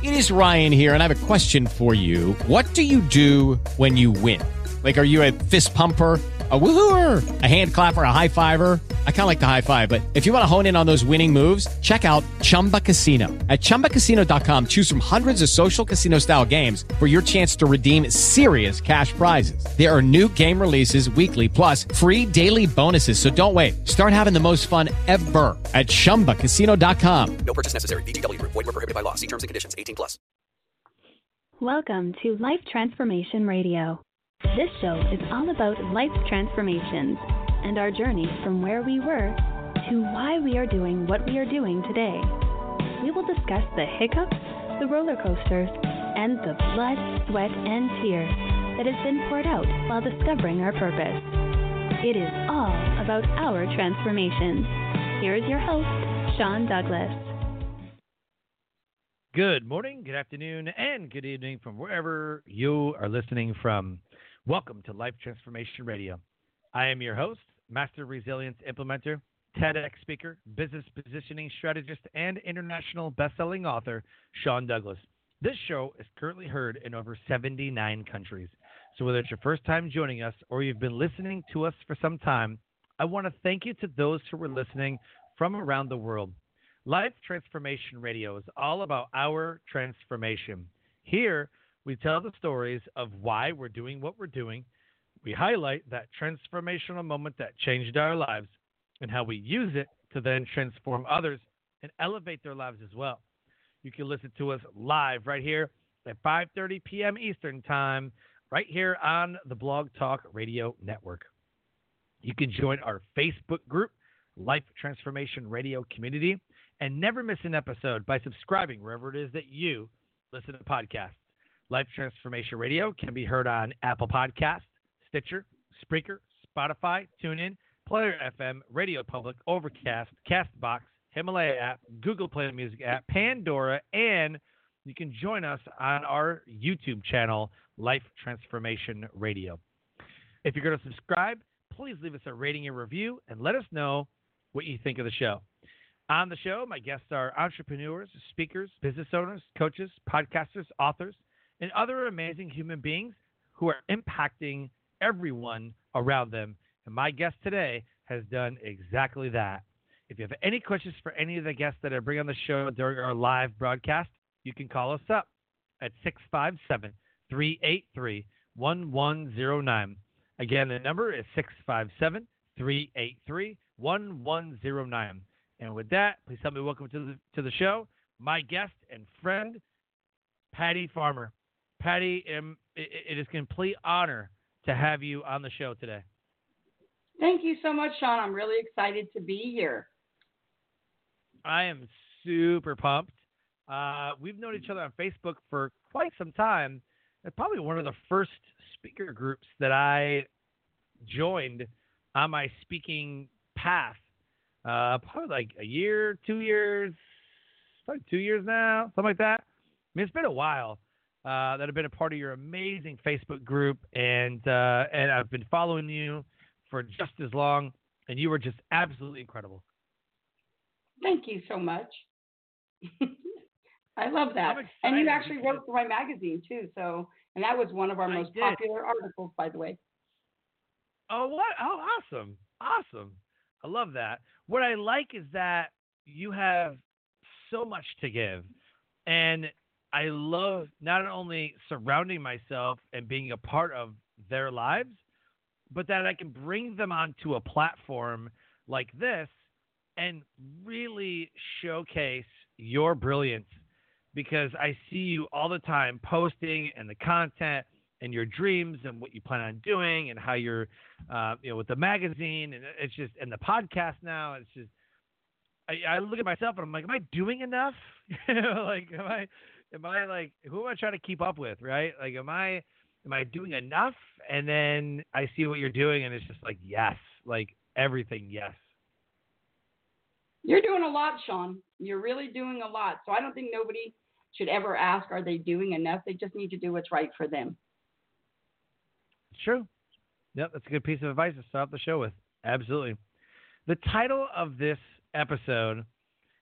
It is Ryan here, and I have a question for you. What do you do when you win? Like, are you a fist pumper, a woohooer, a hand clapper, a high fiver? I kind of like the high five, but if you want to hone in on those winning moves, check out Chumba Casino. At ChumbaCasino.com, choose from hundreds of social casino-style games for your chance to redeem serious cash prizes. There are new game releases weekly, plus free daily bonuses. So don't wait. Start having the most fun ever at ChumbaCasino.com. No purchase necessary. VGW Group. Void where prohibited by law. See terms and conditions. 18+. Welcome to Life Transformation Radio. This show is all about life transformations and our journey from where we were to why we are doing what we are doing today. We will discuss the hiccups, the roller coasters, and the blood, sweat, and tears that has been poured out while discovering our purpose. It is all about our transformation. Here is your host, Sean Douglas. Good morning, good afternoon, and good evening from wherever you are listening from. Welcome to Life Transformation Radio. I am your host, Master Resilience Implementer, TEDx speaker, business positioning strategist, and international best-selling author, Sean Douglas. This show is currently heard in over 79 countries. So whether it's your first time joining us or you've been listening to us for some time, I want to thank you to those who are listening from around the world. Life Transformation Radio is all about our transformation. Here, we tell the stories of why we're doing what we're doing. We highlight that transformational moment that changed our lives and how we use it to then transform others and elevate their lives as well. You can listen to us live right here at 5:30 p.m. Eastern Time, right here on the Blog Talk Radio Network. You can join our Facebook group, Life Transformation Radio Community, and never miss an episode by subscribing wherever it is that you listen to podcasts. Life Transformation Radio can be heard on Apple Podcasts, Stitcher, Spreaker, Spotify, TuneIn, Player FM, Radio Public, Overcast, CastBox, Himalaya app, Google Play Music app, Pandora, and you can join us on our YouTube channel, Life Transformation Radio. If you're going to subscribe, please leave us a rating and review and let us know what you think of the show. On the show, my guests are entrepreneurs, speakers, business owners, coaches, podcasters, authors, and other amazing human beings who are impacting everyone around them. And my guest today has done exactly that. If you have any questions for any of the guests that I bring on the show during our live broadcast, you can call us up at 657-383-1109. Again, the number is 657-383-1109. And with that, please help me welcome to the show my guest and friend, Patty Farmer. Patty, it is a complete honor to have you on the show today. Thank you so much, Sean. I'm really excited to be here. I am super pumped. We've known each other on Facebook for quite some time. It's probably one of the first speaker groups that I joined on my speaking path. Probably like a year, 2 years, probably 2 years now, something like that. I mean, it's been a while that I've been a part of your amazing Facebook group, and I've been following you for just as long, and you were just absolutely incredible. Thank you so much. I love that. And you actually wrote for my magazine, too, and that was one of our most popular articles, by the way. Oh, what? Oh, awesome. Awesome. I love that. What I like is that you have so much to give, and I love not only surrounding myself and being a part of their lives, but that I can bring them onto a platform like this and really showcase your brilliance, because I see you all the time posting and the content and your dreams and what you plan on doing and how you're, with the magazine, and it's just, and the podcast now. It's just, I look at myself and I'm like, am I doing enough? Like, am I like, who am I trying to keep up with? Right? Like, am I doing enough? And then I see what you're doing and it's just like, yes, like everything. Yes. You're doing a lot, Sean. You're really doing a lot. So I don't think nobody should ever ask, are they doing enough? They just need to do what's right for them. It's true. Yep, that's a good piece of advice to start the show with. Absolutely. The title of this episode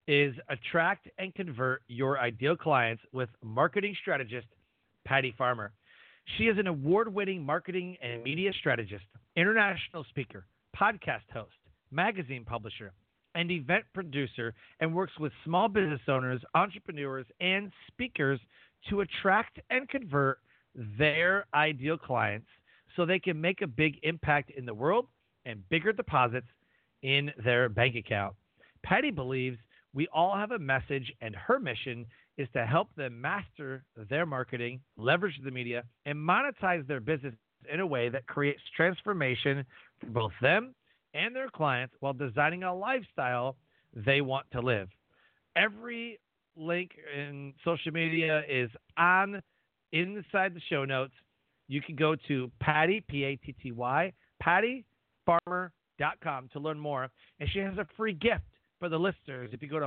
is attract and convert your ideal clients with marketing strategist Patty Farmer. She is an award-winning marketing and media strategist, international speaker, podcast host, magazine publisher, and event producer, and works with small business owners, entrepreneurs, and speakers to attract and convert their ideal clients so they can make a big impact in the world and bigger deposits in their bank account. Patty believes we all have a message, and her mission is to help them master their marketing, leverage the media, and monetize their business in a way that creates transformation for both them and their clients while designing a lifestyle they want to live. Every link in social media is inside the show notes. You can go to Patty, Patty, PattyFarmer.com to learn more. And she has a free gift for the listeners. If you go to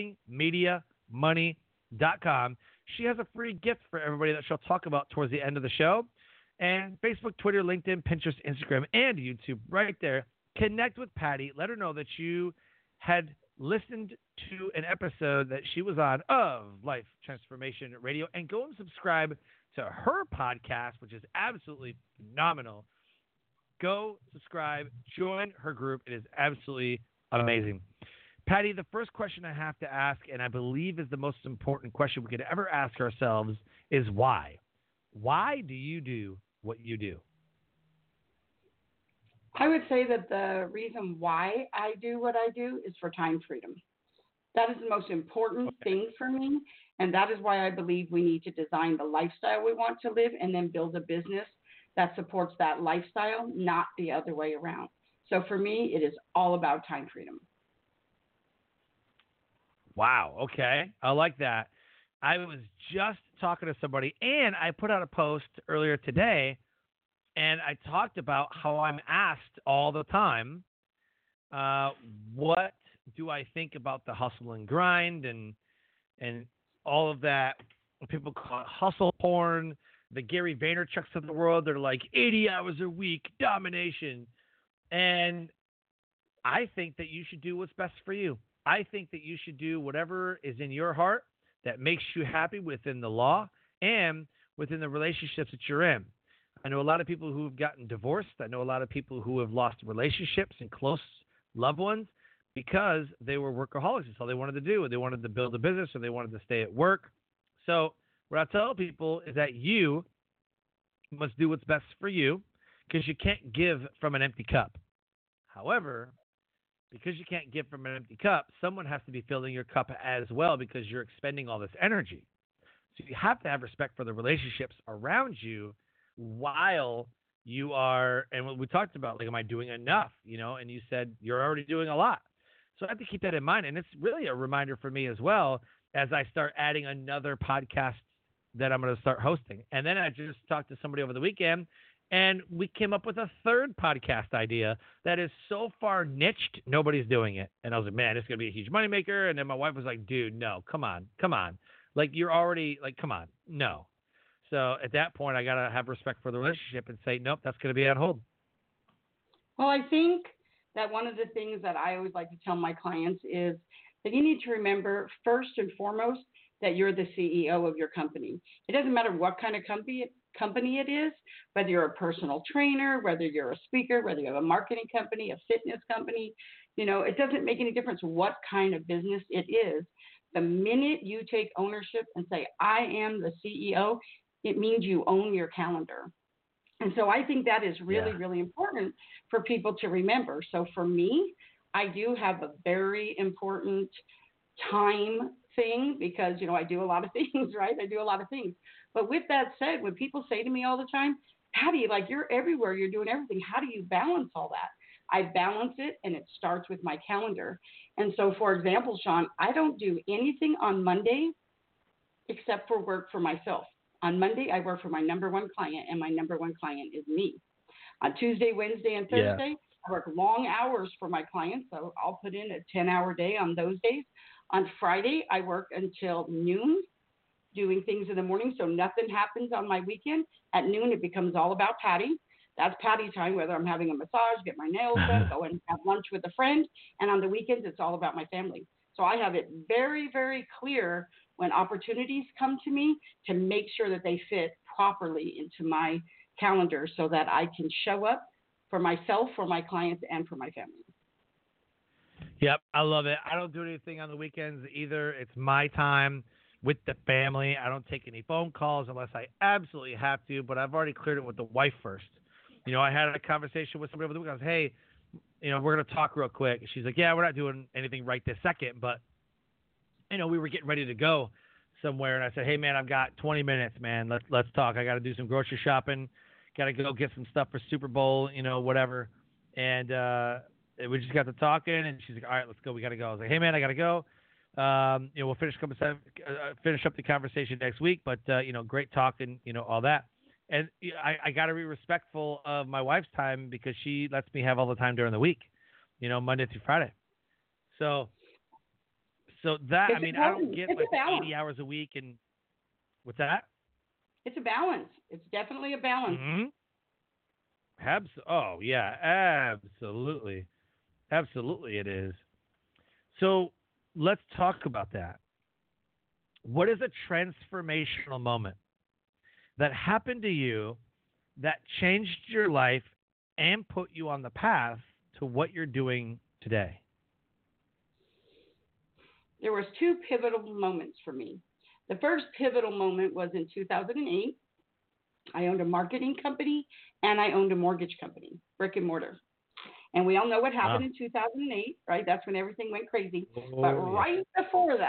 marketingmediamoney.com, she has a free gift for everybody that she'll talk about towards the end of the show. And Facebook, Twitter, LinkedIn, Pinterest, Instagram, and YouTube right there. Connect with Patty. Let her know that you had listened to an episode that she was on of Life Transformation Radio, and go and subscribe to her podcast, which is absolutely phenomenal. Go subscribe, join her group. It is absolutely amazing. Patty, the first question I have to ask, and I believe is the most important question we could ever ask ourselves, is why? Why do you do what you do? I would say that the reason why I do what I do is for time freedom. That is the most important thing for me, and that is why I believe we need to design the lifestyle we want to live and then build a business that supports that lifestyle, not the other way around. So for me, it is all about time freedom. Wow. Okay. I like that. I was just talking to somebody, and I put out a post earlier today, and I talked about how I'm asked all the time, what do I think about the hustle and grind and all of that? People call it hustle porn. The Gary Vaynerchuks of the world, they're like 80 hours a week, domination. And I think that you should do what's best for you. I think that you should do whatever is in your heart that makes you happy within the law and within the relationships that you're in. I know a lot of people who have gotten divorced. I know a lot of people who have lost relationships and close loved ones because they were workaholics. That's all they wanted to do. They wanted to build a business, or they wanted to stay at work. So what I tell people is that you must do what's best for you, because you can't give from an empty cup. However, because you can't give from an empty cup, someone has to be filling your cup as well, because you're expending all this energy. So you have to have respect for the relationships around you while you are, and what we talked about, like, am I doing enough? And you said you're already doing a lot. So I have to keep that in mind. And it's really a reminder for me as well, as I start adding another podcast that I'm going to start hosting. And then I just talked to somebody over the weekend, and we came up with a third podcast idea that is so far niched, nobody's doing it. And I was like, man, it's going to be a huge moneymaker. And then my wife was like, dude, no, come on. Like, you're already, like, come on, no. So at that point, I got to have respect for the relationship and say, nope, that's going to be on hold. Well, I think that one of the things that I always like to tell my clients is that you need to remember, first and foremost, that you're the CEO of your company. It doesn't matter what kind of company it is, whether you're a personal trainer, whether you're a speaker, whether you have a marketing company, a fitness company, it doesn't make any difference what kind of business it is. The minute you take ownership and say, I am the CEO, it means you own your calendar. And so I think that is really, really important for people to remember. So for me, I do have a very important time thing because, I do a lot of things, right? I do a lot of things. But with that said, when people say to me all the time, Patty, like, you're everywhere, you're doing everything, how do you balance all that? I balance it, and it starts with my calendar. And so, for example, Sean, I don't do anything on Monday except for work for myself. On Monday, I work for my number one client, and my number one client is me. On Tuesday, Wednesday, and Thursday, I work long hours for my clients, so I'll put in a 10-hour day on those days. On Friday, I work until noon doing things in the morning, so nothing happens on my weekend. At noon, it becomes all about Patty. That's Patty time, whether I'm having a massage, get my nails done, go and have lunch with a friend. And on the weekends, it's all about my family. So I have it very, very clear when opportunities come to me to make sure that they fit properly into my calendar so that I can show up for myself, for my clients, and for my family. Yep, I love it. I don't do anything on the weekends either. It's my time with the family. I don't take any phone calls unless I absolutely have to, but I've already cleared it with the wife first. You know, I had a conversation with somebody over the weekend. I was, hey, you know, we're going to talk real quick. She's like, yeah, we're not doing anything right this second, but, you know, we were getting ready to go somewhere, and I said, hey, man, I've got 20 minutes, man. Let's talk. I got to do some grocery shopping. Got to go get some stuff for Super Bowl, you know, whatever. And we just got to talking, and she's like, all right, let's go. We got to go. I was like, hey, man, I got to go. You know, we'll finish up the conversation next week, but, you know, great talking, you know, all that. And I got to be respectful of my wife's time because she lets me have all the time during the week, you know, Monday through Friday. So that, I mean, I don't get like 80 hours a week. And what's that? It's a balance. It's definitely a balance. Mm-hmm. Oh, yeah, absolutely. Absolutely it is. So let's talk about that. What is a transformational moment that happened to you that changed your life and put you on the path to what you're doing today? There was two pivotal moments for me. The first pivotal moment was in 2008. I owned a marketing company and I owned a mortgage company, brick and mortar. And we all know what happened in 2008, right? That's when everything went crazy. But right before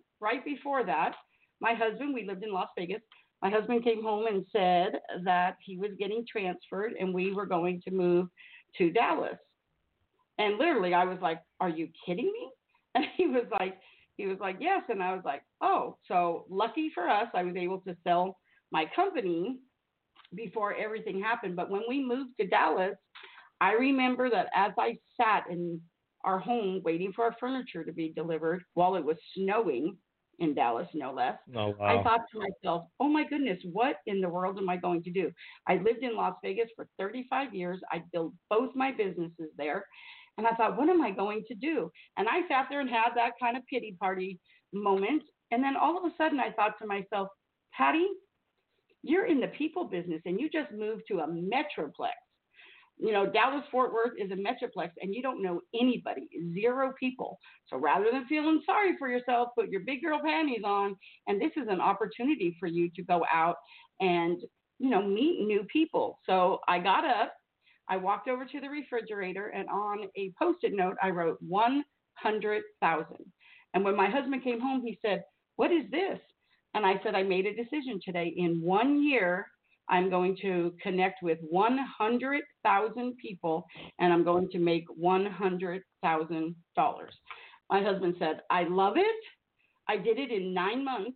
that, my husband, we lived in Las Vegas. My husband came home and said that he was getting transferred and we were going to move to Dallas. And literally I was like, are you kidding me? And he was like, yes. And I was like, oh, so lucky for us, I was able to sell my company before everything happened. But when we moved to Dallas, I remember that as I sat in our home waiting for our furniture to be delivered while it was snowing in Dallas, no less, oh, wow. I thought to myself, oh my goodness, what in the world am I going to do? I lived in Las Vegas for 35 years. I built both my businesses there. And I thought, what am I going to do? And I sat there and had that kind of pity party moment. And then all of a sudden I thought to myself, Patty, you're in the people business and you just moved to a metroplex. You know, Dallas-Fort Worth is a metroplex and you don't know anybody, 0 people. So rather than feeling sorry for yourself, put your big girl panties on. And this is an opportunity for you to go out and, you know, meet new people. So I got up, I walked over to the refrigerator, and on a Post-it note, I wrote 100,000. And when my husband came home, he said, what is this? And I said, I made a decision today. In 1 year, I'm going to connect with 100,000 people, and I'm going to make $100,000. My husband said, I love it. I did it in 9 months.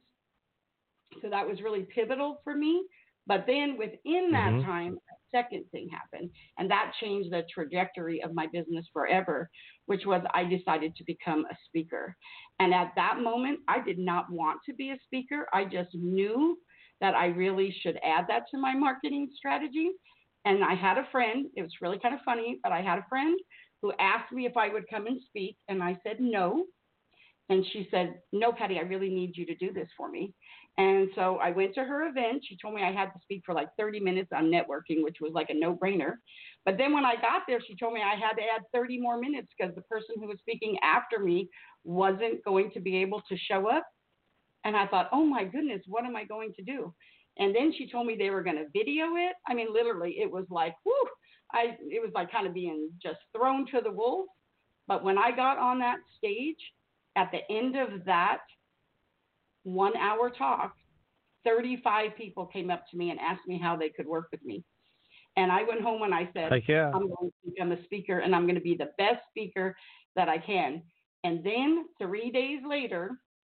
So that was really pivotal for me. But then within that time, a second thing happened, and that changed the trajectory of my business forever, which was I decided to become a speaker. And at that moment, I did not want to be a speaker. I just knew that I really should add that to my marketing strategy. And I had a friend, it was really kind of funny, but I had a friend who asked me if I would come and speak, and I said no. And she said, no, Patty, I really need you to do this for me. And so I went to her event. She told me I had to speak for like 30 minutes on networking, which was like a no-brainer. But then when I got there, she told me I had to add 30 more minutes because the person who was speaking after me wasn't going to be able to show up. And I thought, oh my goodness, what am I going to do? And then she told me they were going to video it. I mean, literally, it was like, whoo, it was like kind of being just thrown to the wolves. But when I got on that stage, at the end of that 1 hour talk, 35 people came up to me and asked me how they could work with me. And I went home and I said, I'm going to become a speaker and I'm going to be the best speaker that I can. And then 3 days later,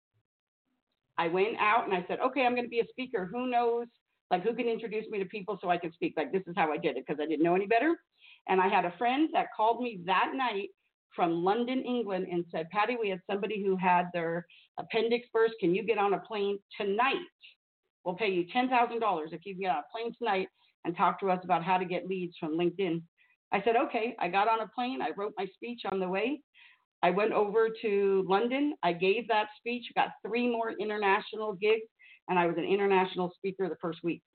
I went out and I said, okay, I'm going to be a speaker. Who knows, like who can introduce me to people so I can speak? Like this is how I did it because I didn't know any better. And I had a friend that called me that night from London, England, and said, Patty, we had somebody who had their appendix burst. Can you get on a plane tonight? We'll pay you $10,000 if you can get on a plane tonight and talk to us about how to get leads from LinkedIn. I said, okay. I got on a plane. I wrote my speech on the way. I went over to London. I gave that speech, got 3 more international gigs, and I was an international speaker the first week.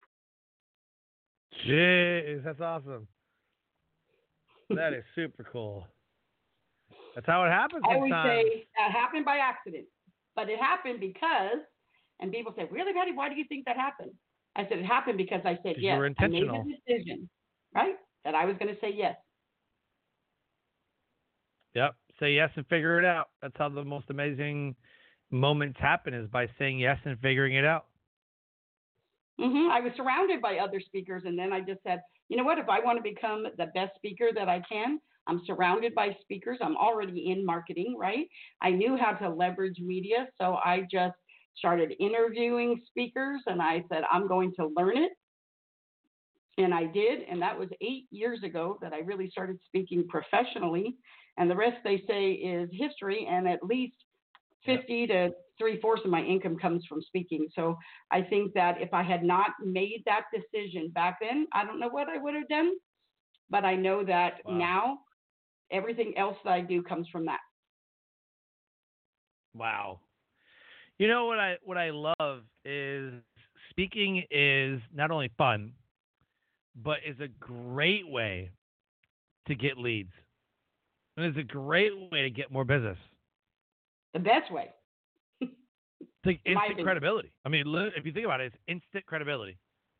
Jeez, that's awesome. That is super cool. That's how it happens I always sometimes. say that happened by accident, but it happened because, and people say, really, Patty, why do you think that happened? I said, it happened because I said yes. You were I made intentional. a decision, right, that I was going to say yes. Yep. Say yes and figure it out. That's how the most amazing moments happen, is by saying yes and figuring it out. I was surrounded by other speakers, and then I just said, you know what? If I want to become the best speaker that I can, I'm surrounded by speakers. I'm already in marketing, right? I knew how to leverage media, so I just started interviewing speakers, and I said, I'm going to learn it. And I did, and that was 8 years ago that I really started speaking professionally. And the rest, they say, is history, and at least 50 to 3/4 of my income comes from speaking. So I think that if I had not made that decision back then, I don't know what I would have done, but I know that now everything else that I do comes from that. Wow. You know what I love is speaking is not only fun, but is a great way to get leads. And it's a great way to get more business. The best way. It's like instant credibility. I mean, if you think about it, it's instant credibility.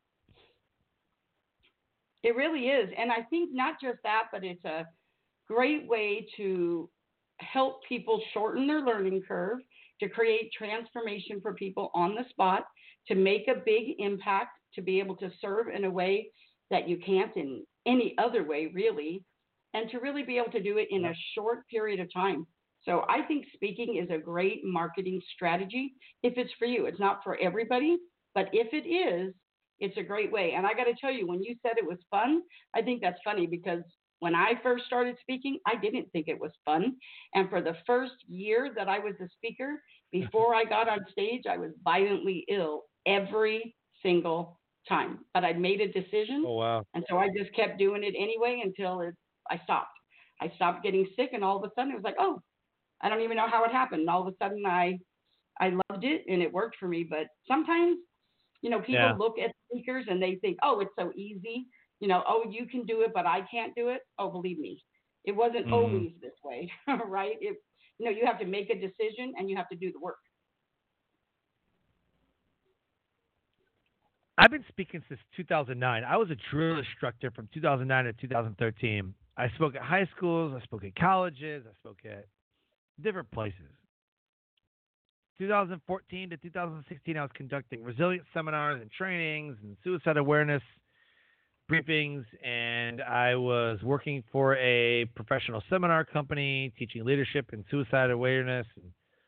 It really is. And I think not just that, but it's a great way to help people shorten their learning curve, to create transformation for people on the spot, to make a big impact, to be able to serve in a way that you can't in any other way, really, and to really be able to do it in a short period of time. So I think speaking is a great marketing strategy if it's for you. It's not for everybody, but if it is, it's a great way. And I got to tell you, when you said it was fun, I think that's funny, because when I first started speaking, I didn't think it was fun. And for the first year that I was a speaker, before I got on stage, I was violently ill every single time. But I made a decision. Oh, wow. And so I just kept doing it anyway until I stopped. I stopped getting sick, and all of a sudden it was like, oh, I don't even know how it happened. And all of a sudden I loved it, and it worked for me. But sometimes, people look at speakers and they think, oh, it's so easy. Oh, you can do it, but I can't do it. Oh, believe me, it wasn't always this way, right? You have to make a decision, and you have to do the work. I've been speaking since 2009. I was a drill instructor from 2009 to 2013. I spoke at high schools. I spoke at colleges. I spoke at different places. 2014 to 2016, I was conducting resilience seminars and trainings and suicide awareness briefings, and I was working for a professional seminar company teaching leadership and suicide awareness. And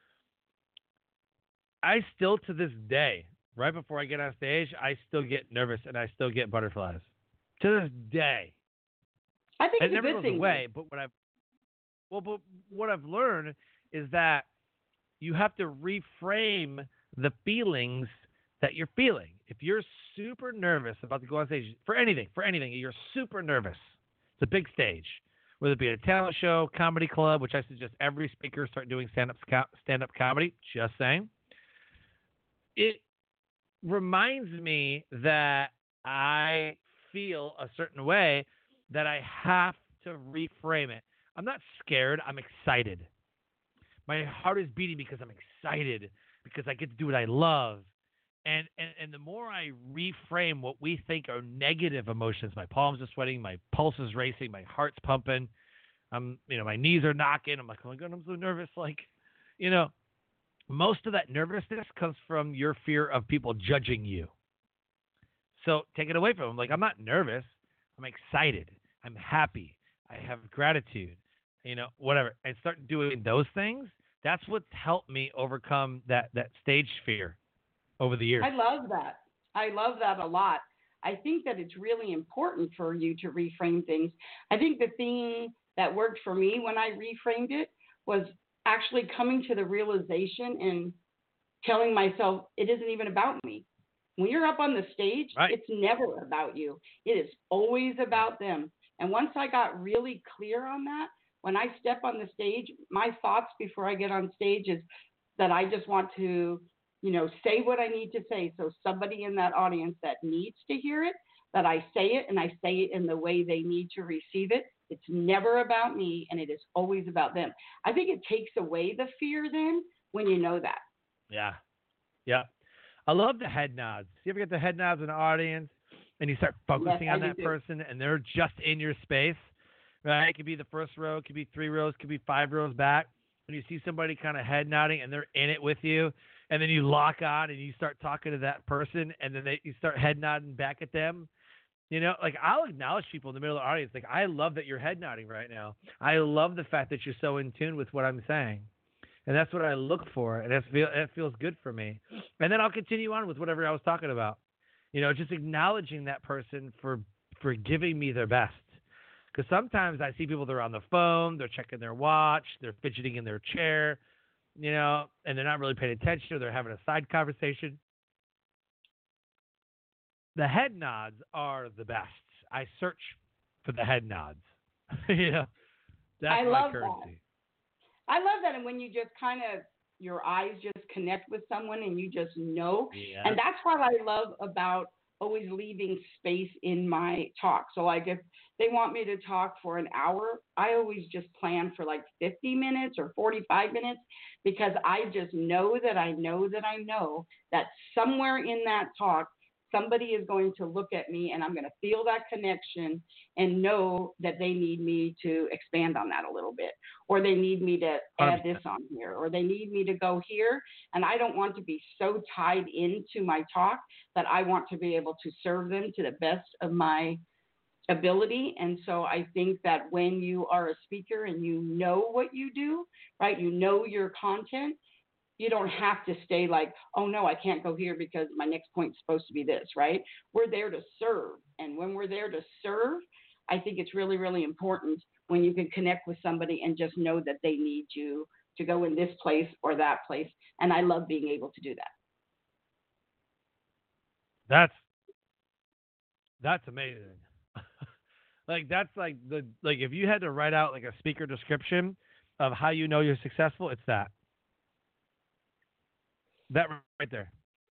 I still, to this day, right before I get on stage, I still get nervous and I still get butterflies. To this day. I think it it's never a good goes thing. away, but what I've learned is that you have to reframe the feelings that you're feeling. If you're super nervous about to go on stage for anything, you're super nervous. It's a big stage, whether it be a talent show, comedy club, which I suggest every speaker start doing stand-up comedy. Just saying. It reminds me that I feel a certain way, that I have to reframe it. I'm not scared. I'm excited. My heart is beating because I'm excited, because I get to do what I love. And the more I reframe what we think are negative emotions, my palms are sweating, my pulse is racing, my heart's pumping, my knees are knocking. I'm like, oh my God, I'm so nervous. Most of that nervousness comes from your fear of people judging you. So take it away from them. Like, I'm not nervous. I'm excited. I'm happy. I have gratitude, whatever. And start doing those things. That's what's helped me overcome that stage fear over the years. I love that. I love that a lot. I think that it's really important for you to reframe things. I think the thing that worked for me when I reframed it was actually coming to the realization and telling myself it isn't even about me. When you're up on the stage, right, it's never about you. It is always about them. And once I got really clear on that, when I step on the stage, my thoughts before I get on stage is that I just want to, say what I need to say. So somebody in that audience that needs to hear it, that I say it, and I say it in the way they need to receive it. It's never about me, and it is always about them. I think it takes away the fear then when you know that. Yeah. Yeah. I love the head nods. You ever get the head nods in the audience and you start focusing on that person and they're just in your space? Right? It could be the first row, it could be 3 rows, it could be 5 rows back. When you see somebody kind of head nodding and they're in it with you, and then you lock on and you start talking to that person, and then you start head nodding back at them. I'll acknowledge people in the middle of the audience. Like, I love that you're head nodding right now. I love the fact that you're so in tune with what I'm saying. And that's what I look for, and it feels good for me. And then I'll continue on with whatever I was talking about. Just acknowledging that person for giving me their best. Because sometimes I see people, they're on the phone, they're checking their watch, they're fidgeting in their chair, and they're not really paying attention, or they're having a side conversation. The head nods are the best. I search for the head nods. That's my currency. I love that. And when you just kind of, your eyes just connect with someone and you just know. Yeah. And that's what I love about always leaving space in my talk. So like if they want me to talk for an hour, I always just plan for like 50 minutes or 45 minutes, because I just know that somewhere in that talk, somebody is going to look at me and I'm going to feel that connection and know that they need me to expand on that a little bit, or they need me to add this on here, or they need me to go here. And I don't want to be so tied into my talk that I want to be able to serve them to the best of my ability. And so I think that when you are a speaker and you know what you do, right, you know your content, you don't have to stay like, oh, no, I can't go here because my next point's supposed to be this, right? We're there to serve. And when we're there to serve, I think it's really, really important when you can connect with somebody and just know that they need you to go in this place or that place. And I love being able to do that. That's amazing. That's like if you had to write out like a speaker description of how you know you're successful, it's that. That right there.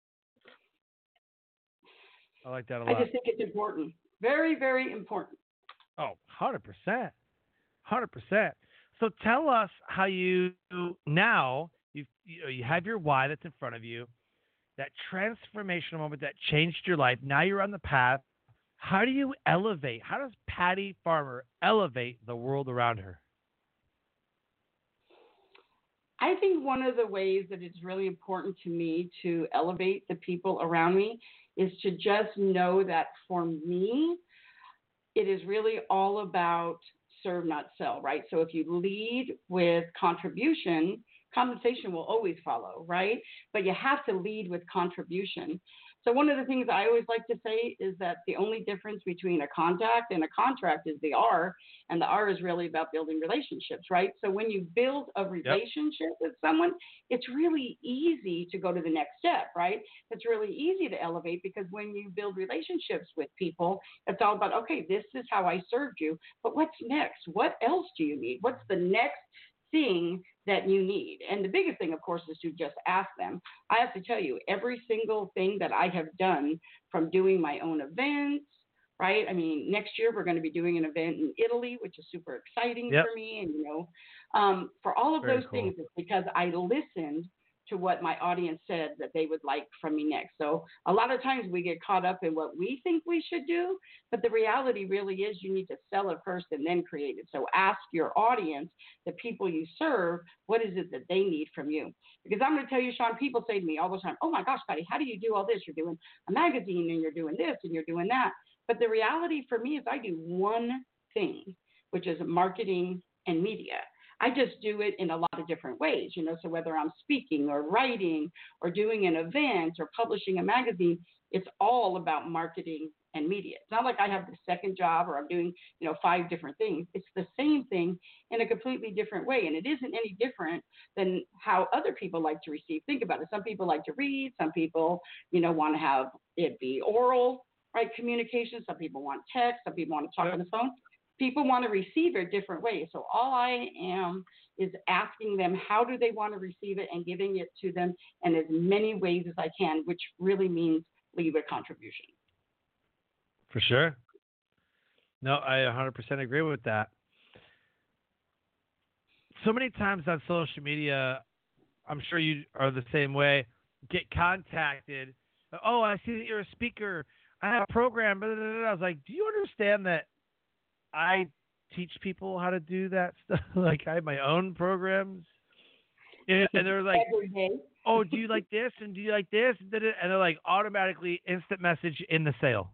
I like that a lot. I just think it's important. Very, very important. Oh, 100%. 100%. So tell us how you now, you have your why that's in front of you, that transformational moment that changed your life. Now you're on the path. How do you elevate? How does Patty Farmer elevate the world around her? I think one of the ways that it's really important to me to elevate the people around me is to just know that for me, it is really all about serve, not sell, right? So if you lead with contribution, compensation will always follow, right? But you have to lead with contribution. So one of the things I always like to say is that the only difference between a contact and a contract is the R, and the R is really about building relationships, right? So when you build a relationship with someone, it's really easy to go to the next step, right? It's really easy to elevate, because when you build relationships with people, it's all about, okay, this is how I served you, but what's next? What else do you need? What's the next thing that you need? And the biggest thing, of course, is to just ask them. I have to tell you, every single thing that I have done, from doing my own events, right? I mean, next year we're going to be doing an event in Italy, which is super exciting for me. And, for all of those things, it's because I listened to what my audience said that they would like from me next. So a lot of times we get caught up in what we think we should do, but the reality really is you need to sell it first and then create it. So ask your audience, the people you serve, what is it that they need from you? Because I'm going to tell you, Sean, people say to me all the time, oh my gosh, Patty, how do you do all this? You're doing a magazine and you're doing this and you're doing that. But the reality for me is I do one thing, which is marketing and media. I just do it in a lot of different ways, so whether I'm speaking or writing or doing an event or publishing a magazine, it's all about marketing and media. It's not like I have the second job or I'm doing, 5 different things. It's the same thing in a completely different way. And it isn't any different than how other people like to receive. Think about it. Some people like to read. Some people, want to have it be oral, right? Communication. Some people want text. Some people want to talk on the phone. people want to receive it different ways. So all I am is asking them how do they want to receive it and giving it to them in as many ways as I can, which really means leave a contribution. For sure. No, I 100% agree with that. So many times on social media, I'm sure you are the same way, get contacted. Oh, I see that you're a speaker. I have a program. Blah, blah, blah. I was like, do you understand that I teach people how to do that stuff? Like, I have my own programs. And they're like, oh, do you like this? And do you like this? And they're like, automatically instant message in the sale.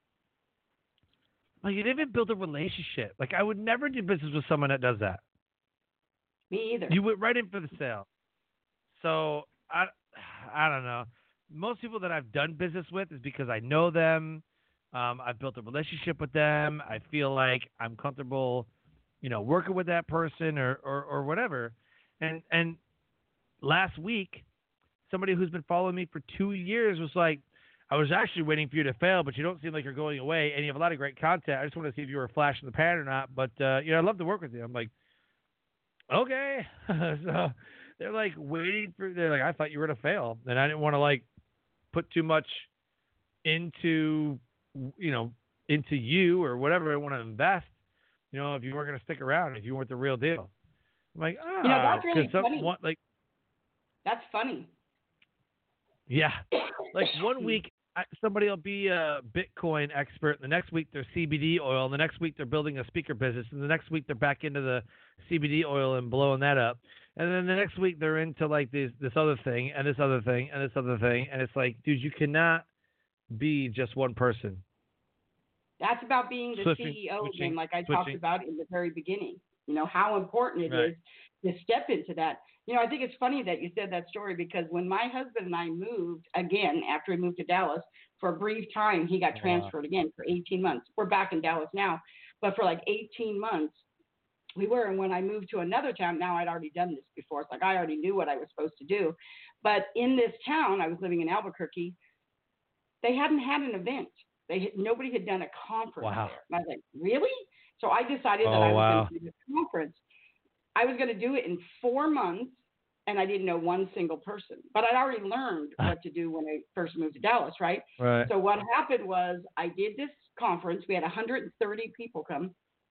Like, you didn't even build a relationship. Like, I would never do business with someone that does that. Me either. You went right in for the sale. So, I don't know. Most people that I've done business with is because I know them. I've built a relationship with them. I feel like I'm comfortable, working with that person or whatever. And last week, somebody who's been following me for 2 years was like, I was actually waiting for you to fail, but you don't seem like you're going away, and you have a lot of great content. I just want to see if you were a flash in the pan or not. But, I'd love to work with you. I'm like, okay. So they're like they're like, I thought you were going to fail. And I didn't want to like put too much into you or whatever I want to invest, if you weren't going to stick around, if you weren't the real deal. I'm like, that's really funny. That's funny. Yeah. Like one week, somebody will be a Bitcoin expert. The next week, they're CBD oil. And the next week, they're building a speaker business. And the next week, they're back into the CBD oil and blowing that up. And then the next week, they're into like this other thing and this other thing and this other thing. And it's like, dude, you cannot be just one person. That's about being the CEO again, like I talked about in the very beginning. How important it is to step into that. I think it's funny that you said that story because when my husband and I moved again, after we moved to Dallas, for a brief time, he got transferred again for 18 months. We're back in Dallas now, but for like 18 months, we were. And when I moved to another town, now I'd already done this before. It's like I already knew what I was supposed to do. But in this town, I was living in Albuquerque, they hadn't had an event. Nobody had done a conference there. And I was like, really? So I decided that I was going to do this conference. I was going to do it in 4 months, and I didn't know one single person. But I'd already learned what to do when I first moved to Dallas, right? So what happened was I did this conference. We had 130 people come.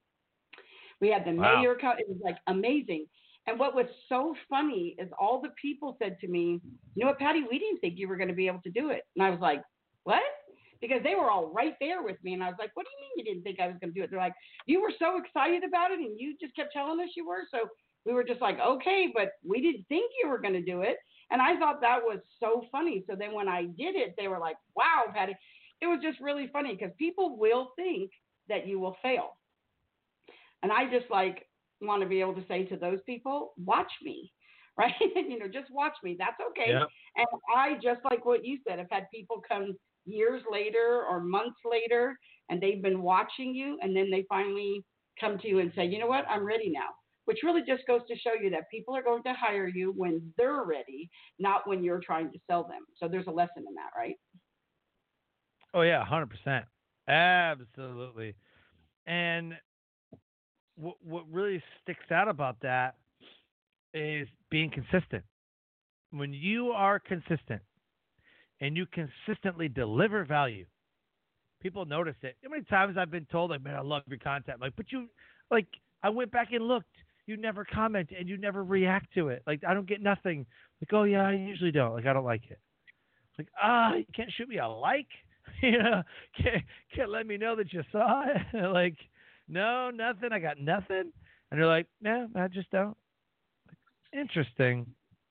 We had the mayor come. It was like amazing. And what was so funny is all the people said to me, you know what, Patty, we didn't think you were going to be able to do it. And I was like, what? Because they were all right there with me. And I was like, what do you mean you didn't think I was going to do it? They're like, you were so excited about it and you just kept telling us you were. So we were just like, okay, but we didn't think you were going to do it. And I thought that was so funny. So then when I did it, they were like, wow, Patty. It was just really funny because people will think that you will fail. And I just like want to be able to say to those people, watch me, right? Just watch me. That's okay. Yeah. And I, just like what you said, have had people come years later or months later, and they've been watching you, and then they finally come to you and say, you know what, I'm ready now, which really just goes to show you that people are going to hire you when they're ready, not when you're trying to sell them. So there's a lesson in that, right? Oh, yeah, 100%. Absolutely. And what really sticks out about that is being consistent. When you are consistent, and you consistently deliver value, people notice it. How many times I've been told, like, man, I love your content. Like, but I went back and looked. You never comment and you never react to it. Like, I don't get nothing. Like, oh, yeah, I usually don't. Like, I don't like it. Like, you can't shoot me a like? Can't let me know that you saw it? Like, no, nothing. I got nothing. And they're like, no, I just don't. Like, interesting.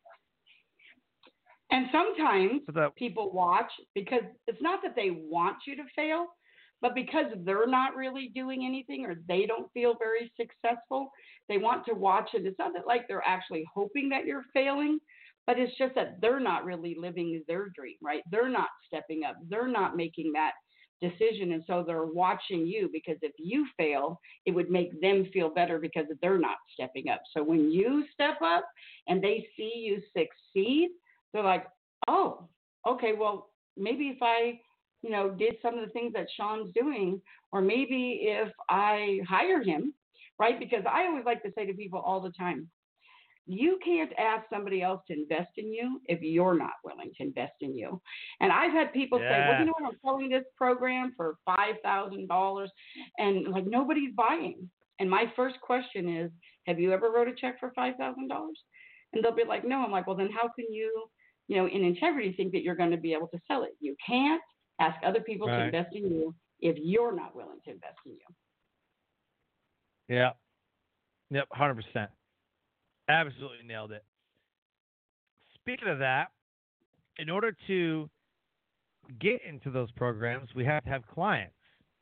And sometimes people watch because it's not that they want you to fail, but because they're not really doing anything or they don't feel very successful, they want to watch it. It's not that like they're actually hoping that you're failing, but it's just that they're not really living their dream, right? They're not stepping up. They're not making that decision. And so they're watching you because if you fail, it would make them feel better because they're not stepping up. So when you step up and they see you succeed, they're like, oh, okay, well, maybe if I did some of the things that Sean's doing, or maybe if I hire him, right? Because I always like to say to people all the time, you can't ask somebody else to invest in you if you're not willing to invest in you. And I've had people say, well, Yeah. I'm selling this program for $5,000 and like nobody's buying. And my first question is, have you ever wrote a check for $5,000? And they'll be like, no. I'm like, well, then how can you, in integrity think that you're going to be able to sell it? You can't ask other people to Right. invest in you if you're not willing to invest in you. Yeah. Yep. 100%. Absolutely nailed it. Speaking of that, in order to get into those programs, we have to have clients.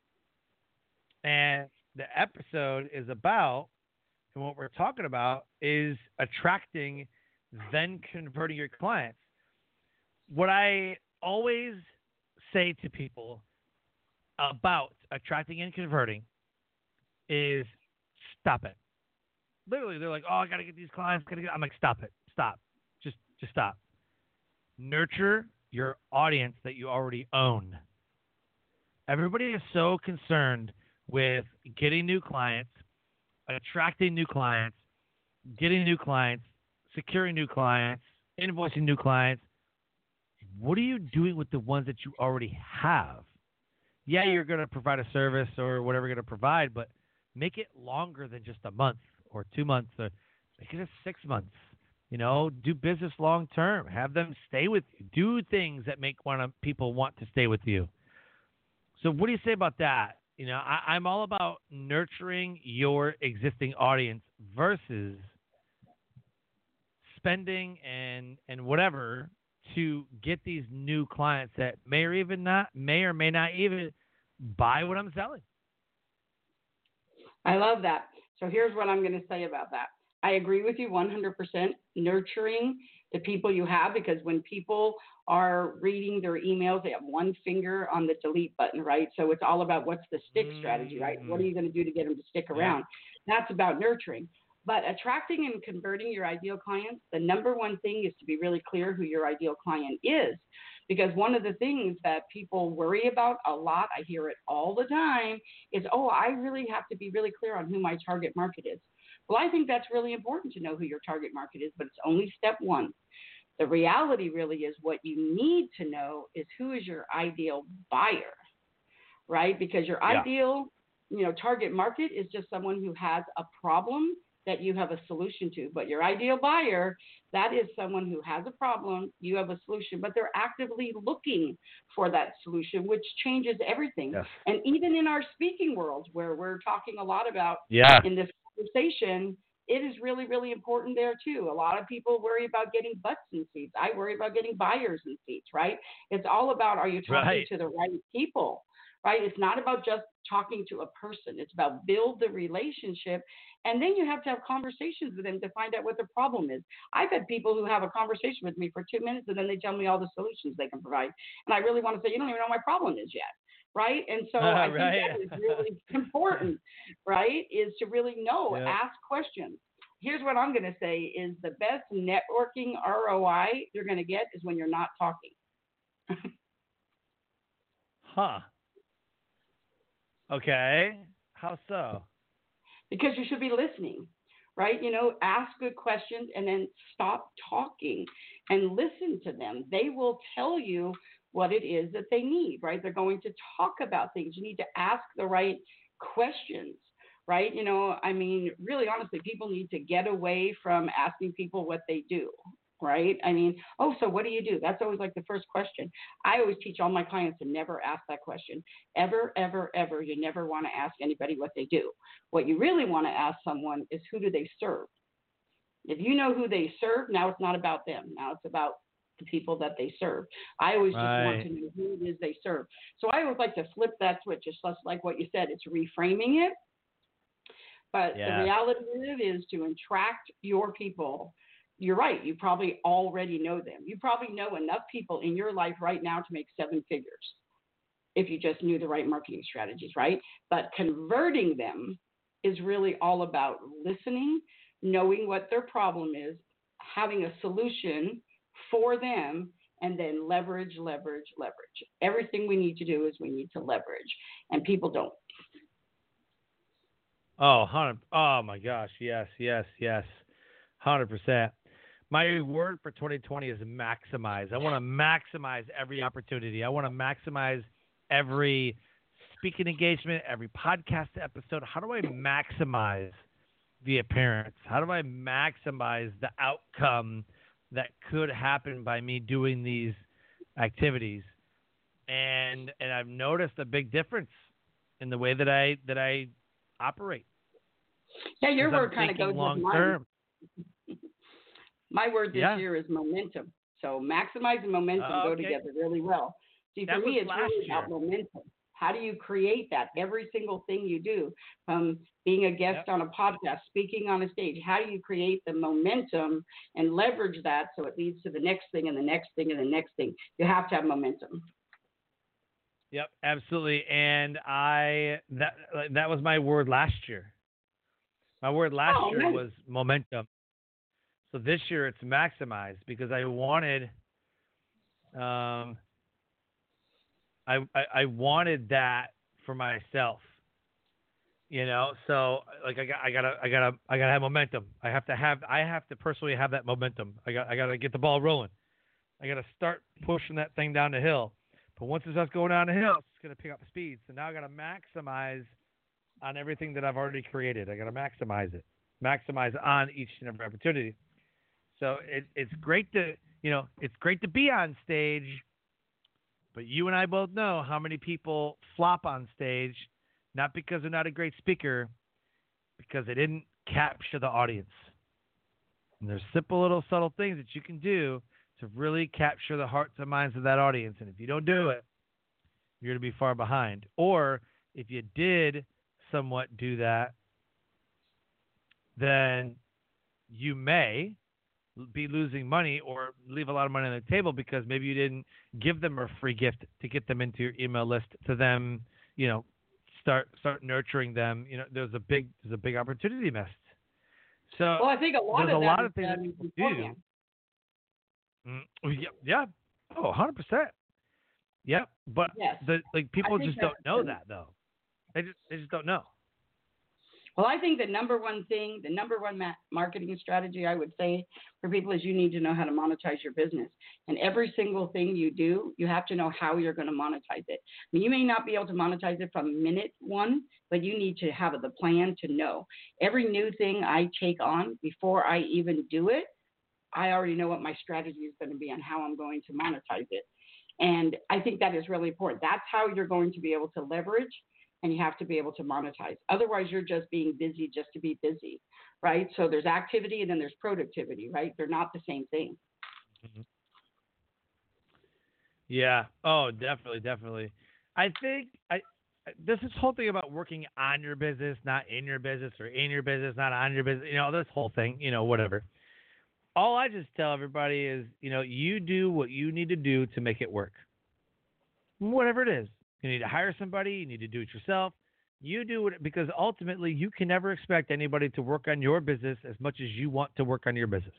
And the episode is about, and what we're talking about is attracting, then converting your clients. What I always say to people about attracting and converting is stop it. Literally, they're like, oh, I got to get these clients. I'm like, stop it. Stop. Just stop. Nurture your audience that you already own. Everybody is so concerned with getting new clients, attracting new clients, getting new clients, securing new clients, invoicing new clients. What are you doing with the ones that you already have? Yeah, you're going to provide a service or whatever you're going to provide, but make it longer than just a month or 2 months, or make it 6 months. Do business long term. Have them stay with you. Do things that make people want to stay with you. So what do you say about that? I'm all about nurturing your existing audience versus spending and whatever to get these new clients that may or may not even buy what I'm selling. I love that. So here's what I'm going to say about that. I agree with you 100%, nurturing the people you have, because when people are reading their emails, they have one finger on the delete button, right? So it's all about what's the stick strategy, right? What are you going to do to get them to stick around? That's about nurturing. But attracting and converting your ideal clients, the number one thing is to be really clear who your ideal client is. Because one of the things that people worry about a lot, I hear it all the time, is, I really have to be really clear on who my target market is. Well, I think that's really important to know who your target market is, but it's only step one. The reality really is what you need to know is who is your ideal buyer, right? Because your ideal, target market is just someone who has a problem that you have a solution to. But your ideal buyer, that is someone who has a problem, you have a solution, but they're actively looking for that solution, which changes everything. Yes. And even in our speaking world, where we're talking a lot about in this conversation, it is really, really important there too. A lot of people worry about getting butts in seats. I worry about getting buyers in seats, right? It's all about, are you talking to the right people, right? It's not about just talking to a person. It's about build the relationship. And then you have to have conversations with them to find out what their problem is. I've had people who have a conversation with me for 2 minutes and then they tell me all the solutions they can provide. And I really want to say, you don't even know what my problem is yet. Right. And so I think that is really important, right, is to really know, ask questions. Here's what I'm going to say is the best networking ROI you're going to get is when you're not talking. Okay. How so? Because you should be listening, right? Ask good questions and then stop talking and listen to them. They will tell you what it is that they need, right? They're going to talk about things. You need to ask the right questions, right? Really honestly, people need to get away from asking people what they do, right? So what do you do? That's always like the first question. I always teach all my clients to never ask that question. Ever, ever, ever. You never want to ask anybody what they do. What you really want to ask someone is who do they serve? If you know who they serve, now it's not about them. Now it's about the people that they serve. I always just want to know who it is they serve. So I always like to flip that switch, just like what you said. It's reframing it. But the reality of it is to attract your people. You're right. You probably already know them. You probably know enough people in your life right now to make 7 figures if you just knew the right marketing strategies, right? But converting them is really all about listening, knowing what their problem is, having a solution for them, and then leverage, leverage, leverage. Everything we need to do is we need to leverage, and people don't. Oh, oh my gosh, yes, 100%. My word for 2020 is maximize. I want to maximize every opportunity. I want to maximize every speaking engagement, every podcast episode. How do I maximize the appearance? How do I maximize the outcome that could happen by me doing these activities? And I've noticed a big difference in the way that I operate. Yeah, your word kind of goes long with term. My word this year is momentum. So maximize and momentum go together really well. See, for me, it's really about momentum. How do you create that? Every single thing you do, from being a guest on a podcast, speaking on a stage, how do you create the momentum and leverage that so it leads to the next thing and the next thing and the next thing? You have to have momentum. Yep, absolutely. And that was my word last year. My word last year was momentum. So this year it's maximized because I wanted I wanted that for myself, you know. So like I gotta have momentum. I have to personally have that momentum. I gotta get the ball rolling. I gotta start pushing that thing down the hill. But once it starts going down the hill, it's gonna pick up speed. So now I gotta maximize on everything that I've already created. I gotta maximize on each and every opportunity. So it's great to be on stage. But you and I both know how many people flop on stage, not because they're not a great speaker, because they didn't capture the audience. And there's simple little subtle things that you can do to really capture the hearts and minds of that audience. And if you don't do it, you're going to be far behind. Or if you did somewhat do that, then you may be losing money or leave a lot of money on the table because maybe you didn't give them a free gift to get them into your email list to them, you know, start nurturing them. You know, there's a big opportunity missed. So I think a lot of things that people do. Yeah. Oh, 100%. Yeah. But people just don't know that though. They just don't know. Well, I think the number one marketing strategy I would say for people is you need to know how to monetize your business. And every single thing you do, you have to know how you're going to monetize it. I mean, you may not be able to monetize it from minute one, but you need to have the plan to know. Every new thing I take on, before I even do it, I already know what my strategy is going to be and how I'm going to monetize it. And I think that is really important. That's how you're going to be able to leverage. And you have to be able to monetize. Otherwise, you're just being busy just to be busy, right? So there's activity and then there's productivity, right? They're not the same thing. Mm-hmm. Yeah. Oh, definitely. I think this whole thing about working on your business, not in your business, or in your business, not on your business, you know, this whole thing, you know, whatever. All I just tell everybody is, you know, you do what you need to do to make it work. Whatever it is. You need to hire somebody. You need to do it yourself. You do it because ultimately you can never expect anybody to work on your business as much as you want to work on your business.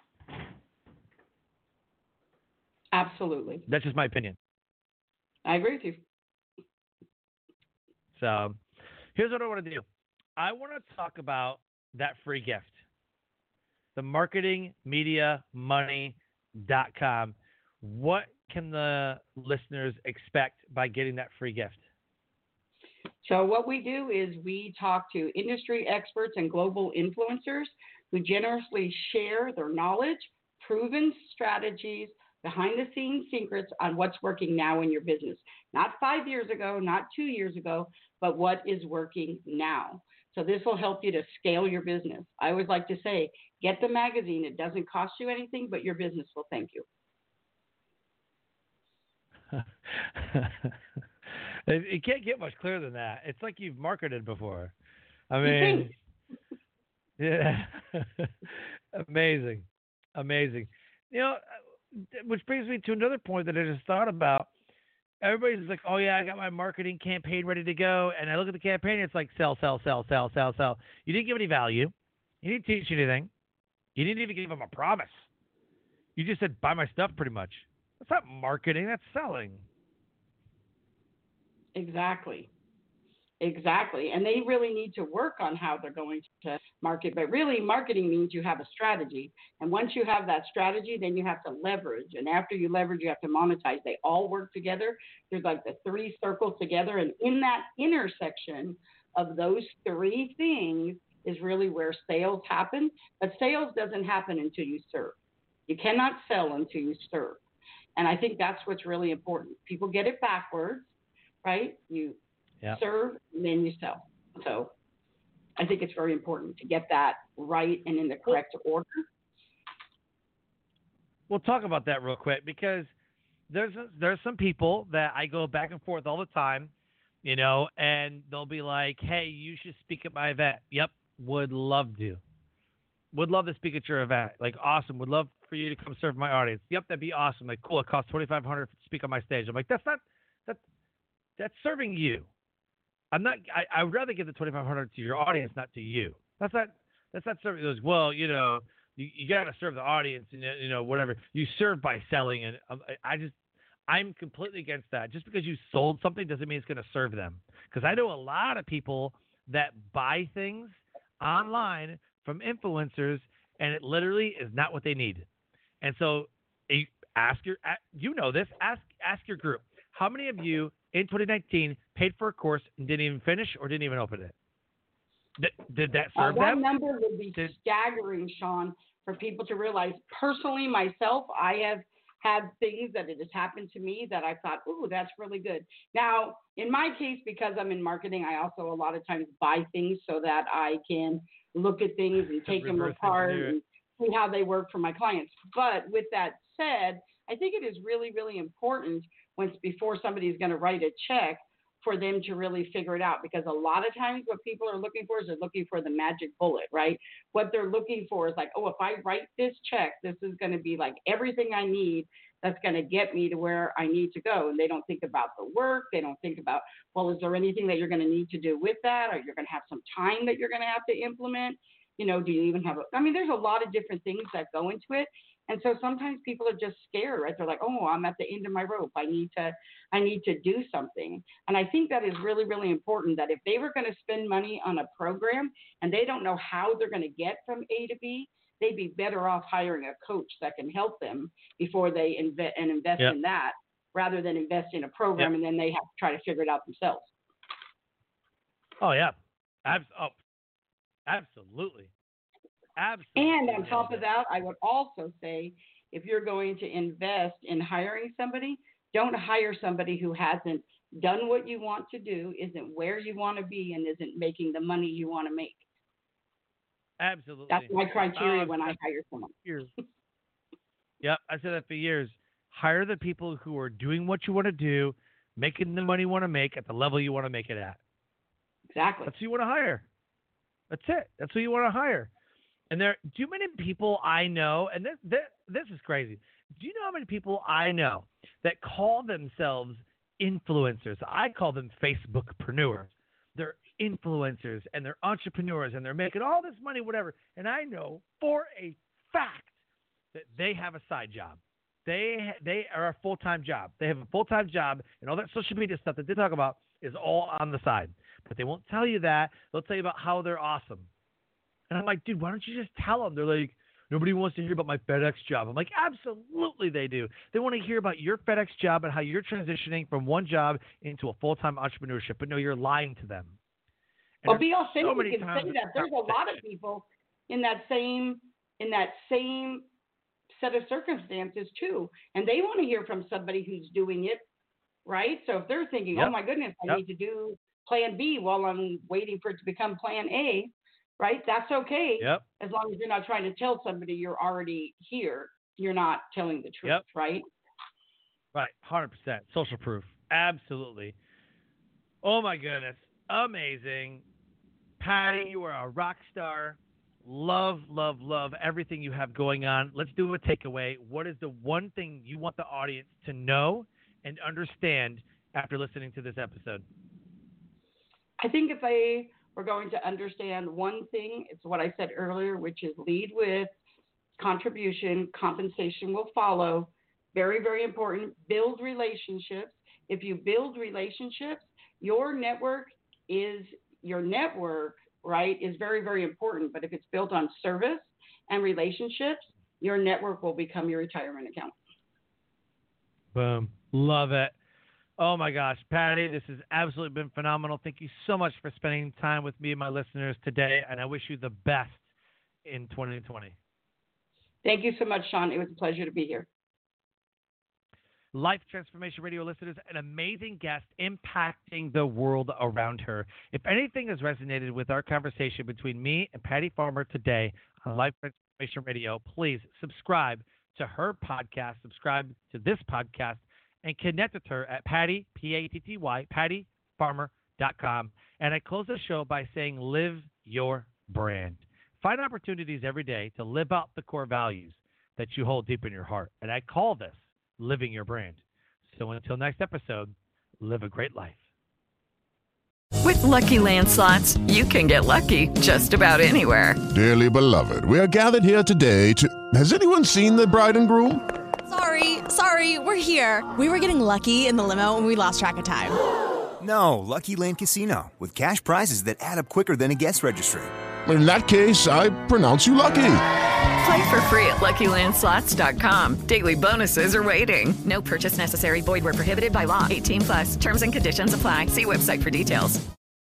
Absolutely. That's just my opinion. I agree with you. So here's what I want to do. I want to talk about that free gift. The marketingmediamoney.com. What can the listeners expect by getting that free gift? So what we do is we talk to industry experts and global influencers who generously share their knowledge, proven strategies, behind-the-scenes secrets on what's working now in your business. Not 5 years ago, not 2 years ago, but what is working now. So this will help you to scale your business. I always like to say, get the magazine. It doesn't cost you anything, but your business will thank you. It can't get much clearer than that. It's like you've marketed before. I mean, yeah, amazing. You know, which brings me to another point that I just thought about. Everybody's like, oh, yeah, I got my marketing campaign ready to go. And I look at the campaign, it's like sell. You didn't give any value. You didn't teach anything. You didn't even give them a promise. You just said, buy my stuff pretty much. That's not marketing. That's selling. Exactly. Exactly. And they really need to work on how they're going to market. But really, marketing means you have a strategy. And once you have that strategy, then you have to leverage. And after you leverage, you have to monetize. They all work together. There's like the three circles together. And in that intersection of those three things is really where sales happen. But sales doesn't happen until you serve. You cannot sell until you serve. And I think that's what's really important. People get it backwards, right? You serve, and then you sell. So I think it's very important to get that right and in the correct order. We'll talk about that real quick because there's some people that I go back and forth all the time, and they'll be like, hey, you should speak at my event. Yep, would love to. Would love to speak at your event. Like, awesome. Would love for you to come serve my audience. Yep, that'd be awesome. Like, cool. It costs $2,500 to speak on my stage. I'm like, that's serving you. I would rather give the $2,500 to your audience, not to you. That's not serving those. Well, you got to serve the audience and, whatever. You serve by selling. And I'm completely against that. Just because you sold something doesn't mean it's going to serve them. Because I know a lot of people that buy things online from influencers and it literally is not what they need. And so ask your group. How many of you in 2019 paid for a course and didn't even finish or didn't even open it? Did that serve them? That number would be staggering, Sean, for people to realize. Personally, myself, I have had things that it has happened to me that I thought, ooh, that's really good. Now, in my case, because I'm in marketing, I also a lot of times buy things so that I can look at things and take them apart and see how they work for my clients. But with that said, I think it is really, really important before somebody's going to write a check for them to really figure it out, because a lot of times what people are looking for is they're looking for the magic bullet, right? What they're looking for is like, oh, if I write this check, this is going to be like everything I need that's going to get me to where I need to go. And they don't think about the work. They don't think about, well, is there anything that you're going to need to do with that? Or you're going to have some time that you're going to have to implement? Do you even have there's a lot of different things that go into it. And so sometimes people are just scared, right? They're like, oh, I'm at the end of my rope. I need to do something. And I think that is really, really important, that if they were going to spend money on a program and they don't know how they're going to get from A to B, they'd be better off hiring a coach that can help them before they invest in that, rather than invest in a program and then they have to try to figure it out themselves. Oh, yeah. Absolutely. Absolutely. And on top of that, I would also say, if you're going to invest in hiring somebody, don't hire somebody who hasn't done what you want to do, isn't where you want to be, and isn't making the money you want to make. Absolutely. That's my criteria when I hire someone. Yep, I said that for years. Hire the people who are doing what you want to do, making the money you want to make at the level you want to make it at. Exactly. That's who you want to hire. That's it. That's who you want to hire. And there are too many people I know, and this is crazy. Do you know how many people I know that call themselves influencers? I call them Facebookpreneurs. They're influencers, and they're entrepreneurs, and they're making all this money, whatever. And I know for a fact that they have a side job. They are a full-time job. They have a full-time job, and all that social media stuff that they talk about is all on the side. But they won't tell you that. They'll tell you about how they're awesome. And I'm like, dude, why don't you just tell them? They're like, nobody wants to hear about my FedEx job. I'm like, absolutely they do. They want to hear about your FedEx job and how you're transitioning from one job into a full-time entrepreneurship. But no, you're lying to them. And well, be authentic and say that. There's a lot of people in that same set of circumstances too. And they want to hear from somebody who's doing it, right? So if they're thinking, oh my goodness, I need to do plan B while I'm waiting for it to become plan A, right? That's okay. As long as you're not trying to tell somebody you're already here. You're not telling the truth, right? Right. 100%. Social proof. Absolutely. Oh, my goodness. Amazing. Patty, you are a rock star. Love, love, love everything you have going on. Let's do a takeaway. What is the one thing you want the audience to know and understand after listening to this episode? I think if they were going to understand one thing, it's what I said earlier, which is lead with contribution, compensation will follow. Very, very important. Build relationships. If you build relationships, your network, right, is very, very important. But if it's built on service and relationships, your network will become your retirement account. Boom. Love it. Oh, my gosh. Patty, this has absolutely been phenomenal. Thank you so much for spending time with me and my listeners today, and I wish you the best in 2020. Thank you so much, Sean. It was a pleasure to be here. Life Transformation Radio listeners, an amazing guest impacting the world around her. If anything has resonated with our conversation between me and Patty Farmer today on Life Transformation Radio, please subscribe to her podcast, subscribe to this podcast, and connect with her at Patty, P-A-T-T-Y, PattyFarmer.com. And I close the show by saying, live your brand. Find opportunities every day to live out the core values that you hold deep in your heart. And I call this living your brand. So until next episode, live a great life. With Lucky Land Slots, you can get lucky just about anywhere. Dearly beloved, we are gathered here today to... Has anyone seen the bride and groom? Sorry, we're here. We were getting lucky in the limo and we lost track of time. No, Lucky Land Casino, with cash prizes that add up quicker than a guest registry. In that case, I pronounce you lucky. Play for free at LuckyLandSlots.com. Daily bonuses are waiting. No purchase necessary. Void where prohibited by law. 18+. Terms and conditions apply. See website for details.